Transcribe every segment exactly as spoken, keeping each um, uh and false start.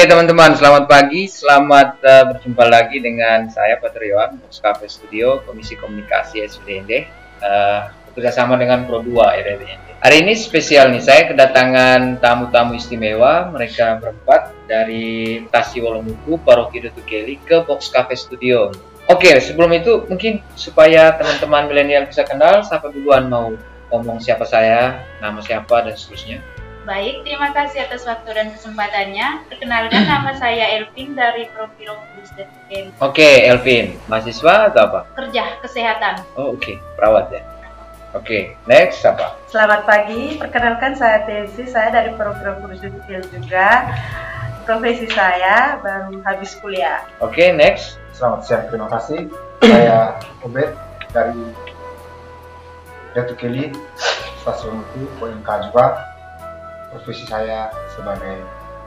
Oke teman-teman, selamat pagi, selamat uh, berjumpa lagi dengan saya Patriwan, Box Cafe Studio, Komisi Komunikasi S B D N D, uh, bekerjasama dengan Pro dua R D N D. Hari ini spesial nih, saya kedatangan tamu-tamu istimewa, mereka berempat dari Stasi Wolomuku, Paroki Datu Keli ke Box Cafe Studio. Oke, sebelum itu mungkin supaya teman-teman milenial bisa kenal, siapa duluan mau ngomong siapa saya, nama siapa, dan seterusnya. Baik, terima kasih atas waktu dan kesempatannya. Perkenalkan, nama saya Elvin dari Profil Datu Keli. Oke, Elvin, mahasiswa atau apa? Kerja kesehatan. Oh, oke, okay. Perawat ya. Oke, okay. Next apa? Selamat pagi, perkenalkan saya Tesi, saya dari program Kursus Detail juga. Profesi saya baru habis kuliah. Oke, okay, next. Selamat siang, terima kasih. Saya Obed dari Datu Keli, Stasiun Mutu, O M K juga. Profesi saya sebagai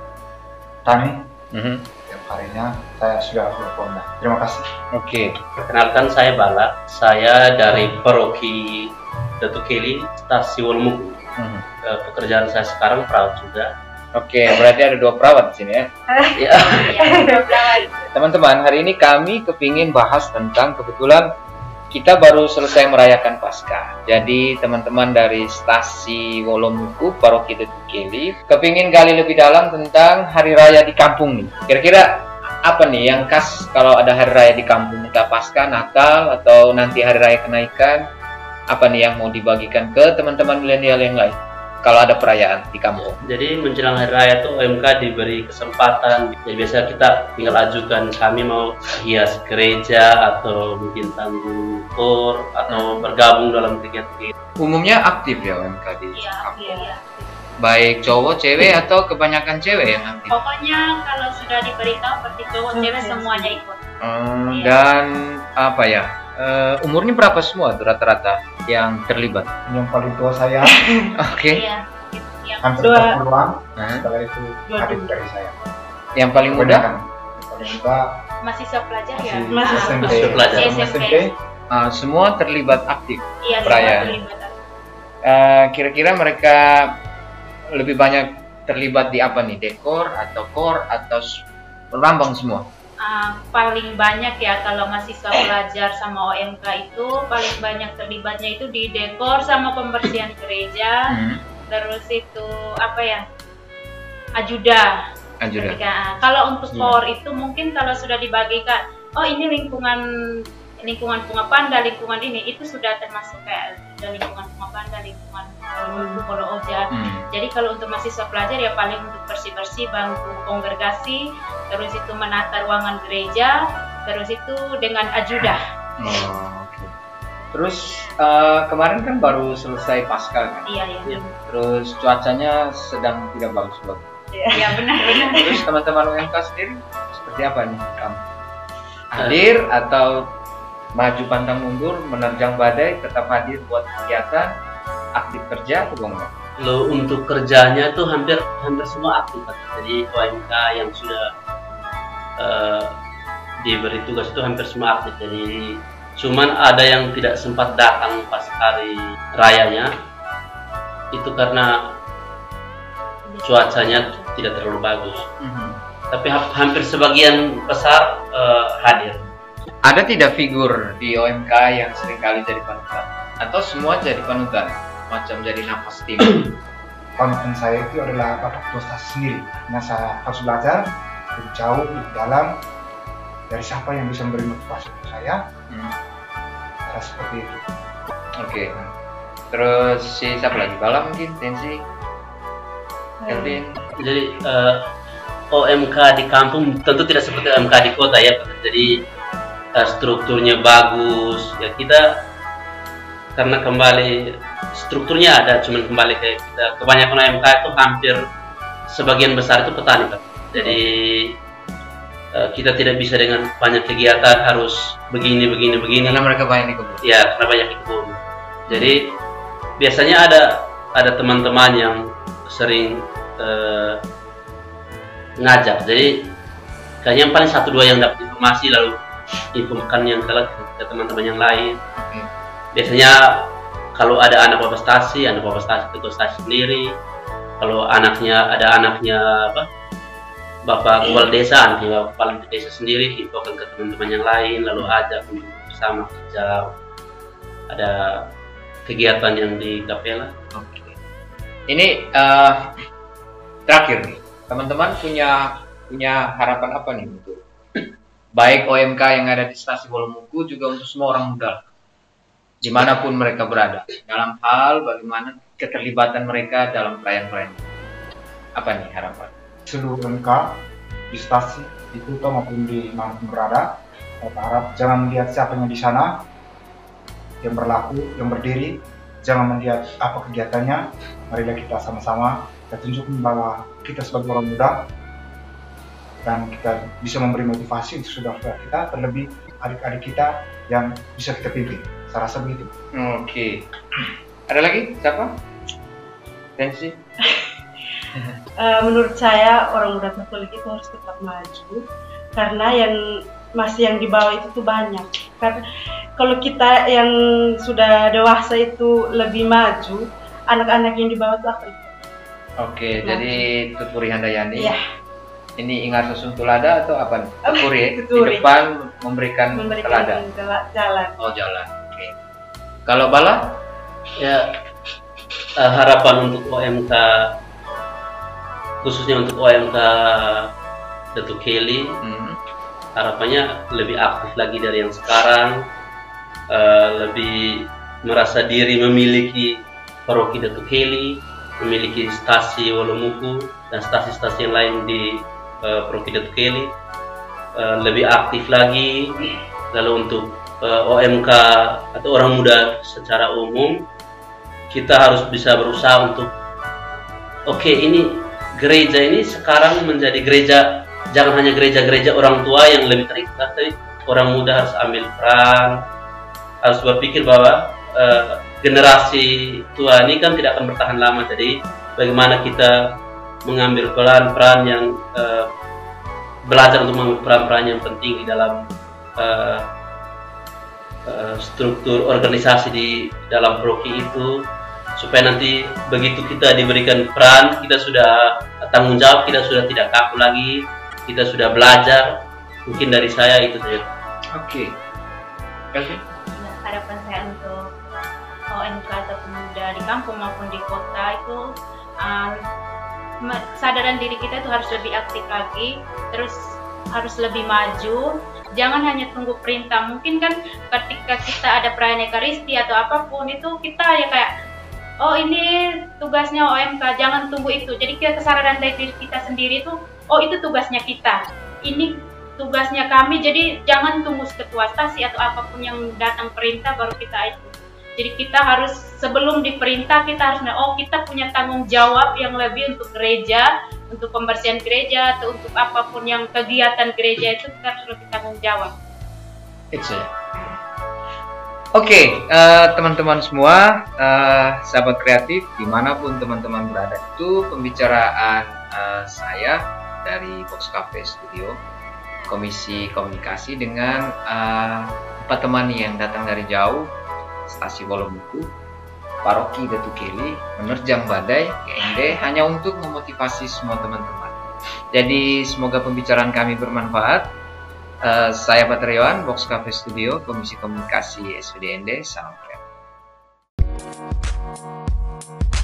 tani. Mm-hmm. Setiap harinya saya sudah berponda. Terima kasih. Oke. Okay. Perkenalkan, saya Bala. Saya dari Paroki Datu Keli, Stasi Wolomuku. Mm-hmm. Pekerjaan saya sekarang perawat juga. Oke, okay, berarti ada dua perawat di sini ya. Ya. Teman-teman, hari ini kami kepingin bahas tentang, kebetulan kita baru selesai merayakan Paskah. Jadi teman-teman dari Stasi Wolomuku, Paroki Datu Keli, kepingin gali lebih dalam tentang hari raya di kampung nih. Kira-kira apa nih yang khas kalau ada hari raya di kampung? Entah Paskah, Natal, atau nanti hari raya kenaikan? Apa nih yang mau dibagikan ke teman-teman milenial yang lain kalau ada perayaan di kampung? Jadi menjelang hari raya tuh O M K diberi kesempatan. Jadi biasa kita tinggal ajukan, kami mau hias gereja atau mungkin tanggung kor atau bergabung dalam kegiatan. Umumnya aktif ya O M K di Iya, kampung. iya, iya. Baik cowok, cewek atau kebanyakan cewek yang aktif? Pokoknya kalau sudah diberitahu berarti cowok cewek semuanya ikut. Hmm, Iya. Dan apa ya? Uh, umurnya berapa semua tuh rata-rata yang terlibat? Yang paling tua saya, Oke. Okay. Iya. Yang hampir Dua. empat puluhan. Huh? Setelah itu adik dari saya. Yang paling muda? Kebanyakan. Yang paling muda mahasiswa pelajar ya. masih Masih S M P. Masih pelajar. S M P. Uh, semua terlibat aktif. Iya, semua Perayaan. terlibat. Uh, kira-kira mereka lebih banyak terlibat di apa nih? Dekor atau kor atau lambang semua? Uh, paling banyak ya kalau mahasiswa pelajar sama O M K itu paling banyak terlibatnya itu di dekor sama pembersihan gereja. Hmm. Terus itu apa ya, ajuda. Ajuda. Ketika, kalau untuk kor yeah. itu mungkin kalau sudah dibagikan, oh ini lingkungan lingkungan bunga panda, lingkungan ini itu sudah termasuk kayak ada lingkungan bunga panda, lingkungan Wolomuku, Polo Oja. Hmm. Jadi kalau untuk mahasiswa pelajar ya paling untuk bersih-bersih bangku kongregasi, terus itu menata ruangan gereja, terus itu dengan ajuda. Oh, oke. Okay. Terus uh, kemarin kan baru selesai Paskah kan? Iya, iya. Terus cuacanya sedang tidak bagus-bagus. Iya, benar-benar. Terus teman-teman U M K sendiri seperti apa nih kamu? Hadir atau maju pantang mundur, menerjang badai, tetap hadir buat kegiatan, aktif kerja atau enggak? Kalau untuk kerjanya tuh hampir hampir semua aktif. Jadi O M K yang sudah uh, diberi tugas itu hampir semua aktif. Jadi cuman ada yang tidak sempat datang pas hari rayanya, itu karena cuacanya tidak terlalu bagus. Mm-hmm. Tapi ha hampir sebagian besar uh, hadir. Ada tidak figur di O M K yang seringkali jadi panutan? Atau semua jadi panutan? Macam jadi nafas tim? Panutan saya itu adalah Bapak Ketua Stasi sendiri. Nah, saya harus belajar lebih jauh, lebih dalam dari siapa yang bisa memberi motivasi untuk saya. Hmm. Cara seperti itu. Oke. Okay. Terus si siapa lagi? Bala mungkin? Tensi? Kelvin? Jadi uh, O M K di kampung tentu tidak seperti O M K di kota ya. Jadi uh, strukturnya bagus. Ya kita karena kembali strukturnya ada, cuman kembali ke kita. Kebanyakan O M K itu hampir sebagian besar itu petani, Pak. Jadi uh, kita tidak bisa dengan banyak kegiatan harus begini begini begini. Karena mereka banyak di kebun. Ya, karena banyak di kebun. Jadi biasanya ada ada teman-teman yang sering uh, ngajak. Jadi kayaknya yang paling satu dua yang dapat informasi lalu infokan yang ke teman-teman yang lain. Okay. Biasanya kalau ada anak bapak stasi, anak bapak stasi ketua stasi sendiri. Kalau anaknya ada anaknya apa Bapak Kepala Desa, nanti Bapak Kepala Desa sendiri infokan ke teman-teman yang lain, lalu ajak untuk bersama kerja, ada kegiatan yang di Kapela. Oke. Ini uh, terakhir nih, teman-teman punya punya harapan apa nih untuk baik O M K yang ada di Stasi Wolomuku juga untuk semua orang muda, dimanapun mereka berada, dalam hal bagaimana keterlibatan mereka dalam perayaan-perayaan. Apa nih harapan? Seluruh O M K di stasi di Kuta maupun di mana pun berada, saya harap jangan melihat siapanya di sana yang berlaku, yang berdiri, jangan melihat apa kegiatannya. Marilah kita sama-sama kita tunjukkan bahwa kita sebagai orang muda dan kita bisa memberi motivasi untuk saudara-saudara kita, terlebih adik-adik kita yang bisa kita pimpin. Saya rasa begitu. Oke. Ada lagi siapa? Tensi? Uh, menurut saya orang muda Katolik itu harus tetap maju karena yang masih yang di bawah itu tuh banyak. Karena kalau kita yang sudah dewasa itu lebih maju, anak-anak yang di bawah itu akan. Oke, jadi Tuturi Handayani. Iya. Ini Ingar Susun Tulada atau apa? Tuturi. Di Tuturi. depan memberikan, Memberikan telada. jalan. Oh, jalan. Oke. Kalau Bala? Ya, uh, harapan untuk O M K, khususnya untuk O M K Datuk Kelly, Hmm. harapannya lebih aktif lagi dari yang sekarang, uh, lebih merasa diri memiliki paroki Datuk Kelly, memiliki stasi Wolomuku dan stasi-stasi yang lain di uh, paroki Datuk Kelly, uh, lebih aktif lagi. Lalu untuk uh, O M K atau orang muda secara umum, kita harus bisa berusaha untuk oke okay, ini gereja ini sekarang menjadi gereja, jangan hanya gereja-gereja orang tua yang lebih terikat, tapi orang muda harus ambil peran, harus berpikir bahwa uh, generasi tua ini kan tidak akan bertahan lama, jadi bagaimana kita mengambil peran-peran yang uh, belajar untuk mengambil peran-peran yang penting di dalam uh, uh, struktur organisasi di dalam paroki itu, supaya nanti begitu kita diberikan peran, kita sudah tanggung jawab, kita sudah tidak kaku lagi, kita sudah belajar. Mungkin dari saya itu saja. Oke. Oke. Nah, harapan saya untuk O M K atau pemuda di kampung maupun di kota itu uh, kesadaran diri kita itu harus lebih aktif lagi, terus harus lebih maju. Jangan hanya tunggu perintah. Mungkin kan ketika kita ada perayaan Ekaristi atau apapun itu kita ya kayak, oh ini tugasnya O M K, jangan tunggu itu. Jadi kita kesadaran dari diri kita sendiri itu, oh itu tugasnya kita, ini tugasnya kami. Jadi jangan tunggu ketua stasi atau apapun yang datang perintah baru kita itu. Jadi kita harus sebelum diperintah kita harus, oh kita punya tanggung jawab yang lebih untuk gereja, untuk pembersihan gereja atau untuk apapun yang kegiatan gereja itu kita harus lebih tanggung jawab. Itu ya. Oke, uh, teman-teman semua, uh, sahabat kreatif, dimanapun teman-teman berada, itu pembicaraan uh, saya dari Box Cafe Studio, Komisi Komunikasi dengan uh, empat teman yang datang dari jauh, Stasi Wolomuku, Paroki Datuk Kelly, menerjang badai G M D hanya untuk memotivasi semua teman-teman. Jadi semoga pembicaraan kami bermanfaat. Uh, saya Patriawan, Box Cafe Studio, Komisi Komunikasi S V D N D, salam kreatif.